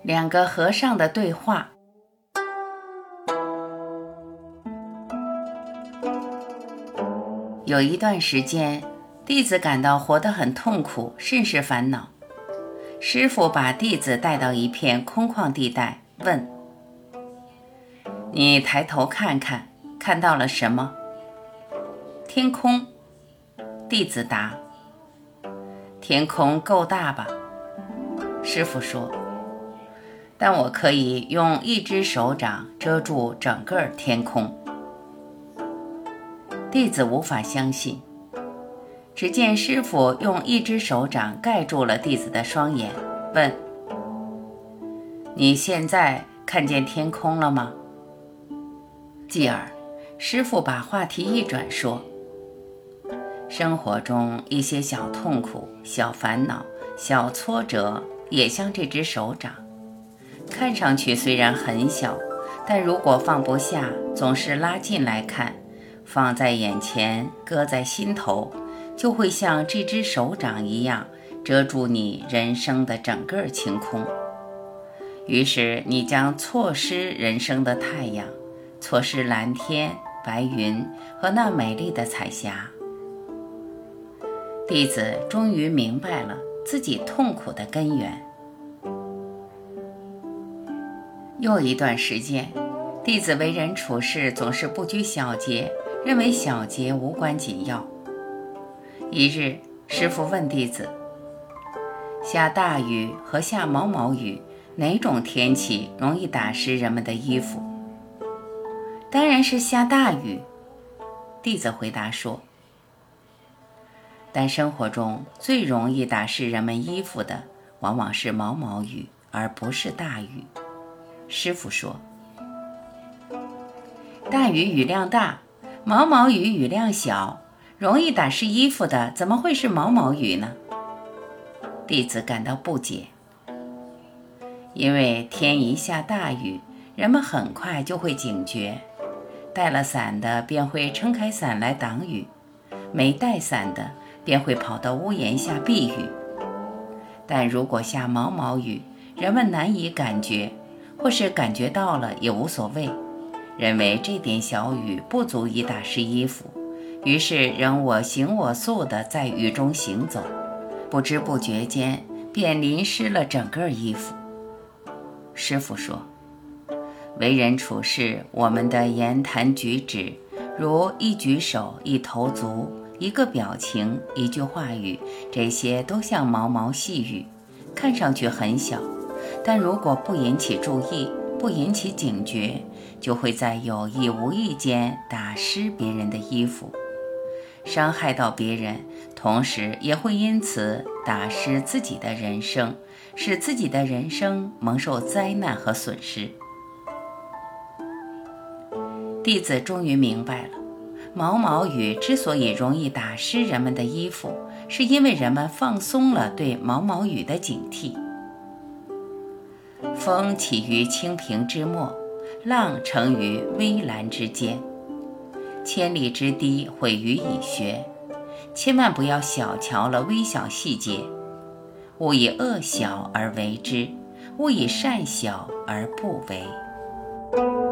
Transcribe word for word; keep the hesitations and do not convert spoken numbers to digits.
两个和尚的对话。有一段时间，弟子感到活得很痛苦，甚是烦恼。师父把弟子带到一片空旷地带，问：你抬头看看，看到了什么？天空。弟子答：天空够大吧？师父说：但我可以用一只手掌遮住整个天空。弟子无法相信，只见师父用一只手掌盖住了弟子的双眼，问：你现在看见天空了吗？继而师父把话题一转，说：生活中一些小痛苦、小烦恼、小挫折也像这只手掌，看上去虽然很小，但如果放不下，总是拉近来看，放在眼前，搁在心头，就会像这只手掌一样，遮住你人生的整个晴空。于是你将错失人生的太阳，错失蓝天、白云和那美丽的彩霞。弟子终于明白了自己痛苦的根源。又一段时间，弟子为人处事总是不拘小节，认为小节无关紧要。一日，师父问弟子：下大雨和下毛毛雨，哪种天气容易打湿人们的衣服？当然是下大雨。弟子回答说：但生活中最容易打湿人们衣服的，往往是毛毛雨，而不是大雨。师父说：大雨雨量大，毛毛雨雨量小，容易打湿衣服的怎么会是毛毛雨呢？弟子感到不解。因为天一下大雨，人们很快就会警觉，带了伞的便会撑开伞来挡雨，没带伞的便会跑到屋檐下避雨。但如果下毛毛雨，人们难以感觉，或是感觉到了也无所谓，认为这点小雨不足以打湿衣服，于是仍我行我素地在雨中行走，不知不觉间便淋湿了整个衣服。师父说，为人处事，我们的言谈举止，如一举手、一投足、一个表情、一句话语，这些都像毛毛细雨，看上去很小，但如果不引起注意，不引起警觉，就会在有意无意间打湿别人的衣服，伤害到别人，同时也会因此打湿自己的人生，使自己的人生蒙受灾难和损失。弟子终于明白了，毛毛雨之所以容易打湿人们的衣服，是因为人们放松了对毛毛雨的警惕。风起于青萍之末，浪成于微澜之间，千里之堤毁于蚁穴。千万不要小瞧了微小细节，勿以恶小而为之，勿以善小而不为。